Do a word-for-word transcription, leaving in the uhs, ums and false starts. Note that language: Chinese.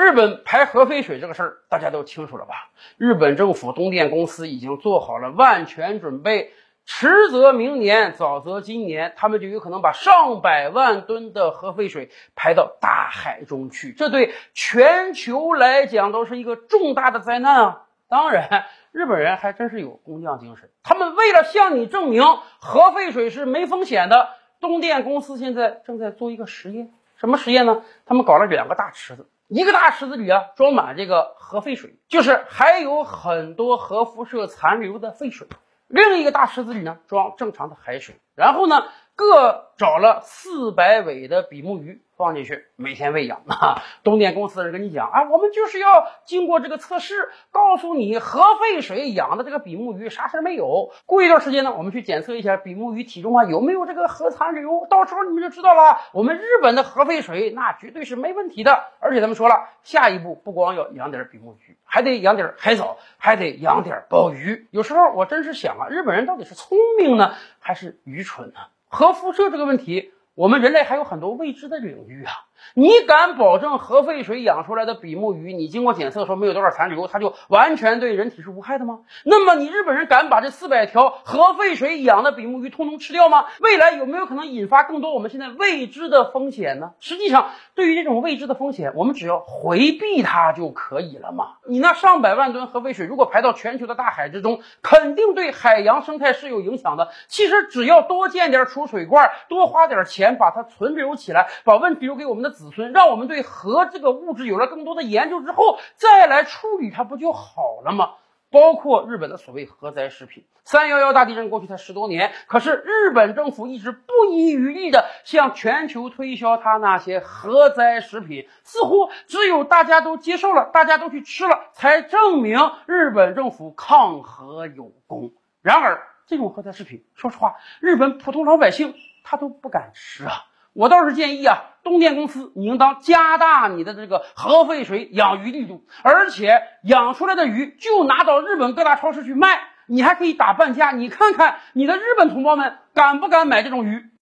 日本排核废水这个事儿，大家都清楚了吧？日本政府东电公司已经做好了万全准备，迟则明年，早则今年，他们就有可能把上百万吨的核废水排到大海中去，这对全球来讲都是一个重大的灾难啊！当然，日本人还真是有工匠精神，他们为了向你证明核废水是没风险的，东电公司现在正在做一个实验。什么实验呢？他们搞了两个大池子，一个大池子里啊装满这个核废水，就是还有很多核辐射残留的废水；另一个大池子里呢装正常的海水。然后呢，各找了四百尾的比目鱼放进去，每天喂养啊。东电公司的人跟你讲啊，我们就是要经过这个测试，告诉你核废水养的这个比目鱼啥事没有。过一段时间呢，我们去检测一下比目鱼体中啊有没有这个核残留，到时候你们就知道了。我们日本的核废水那绝对是没问题的。而且他们说了，下一步不光要养点比目鱼，还得养点海藻，还得养点鲍鱼。有时候我真是想啊，日本人到底是聪明呢，还是愚蠢呢？核辐射这个问题，我们人类还有很多未知的领域啊！你敢保证核废水养出来的比目鱼，你经过检测说没有多少残留，它就完全对人体是无害的吗？那么你日本人敢把这四百条核废水养的比目鱼通通吃掉吗？未来有没有可能引发更多我们现在未知的风险呢？实际上，对于这种未知的风险，我们只要回避它就可以了嘛。你那上百万吨核废水如果排到全球的大海之中，肯定对海洋生态是有影响的。其实只要多建点储水罐，多花点钱把它存留起来，把问题留给我们的子孙，让我们对核这个物质有了更多的研究之后，再来处理它不就好了吗？包括日本的所谓核灾食品，三一一大地震过去才十多年，可是日本政府一直不遗余力的向全球推销它那些核灾食品，似乎只有大家都接受了，大家都去吃了，才证明日本政府抗核有功。然而这种核灾食品，说实话，日本普通老百姓他都不敢吃啊。我倒是建议啊，东电公司你应当加大你的这个核废水养鱼力度，而且养出来的鱼就拿到日本各大超市去卖，你还可以打半价，你看看你的日本同胞们敢不敢买这种鱼？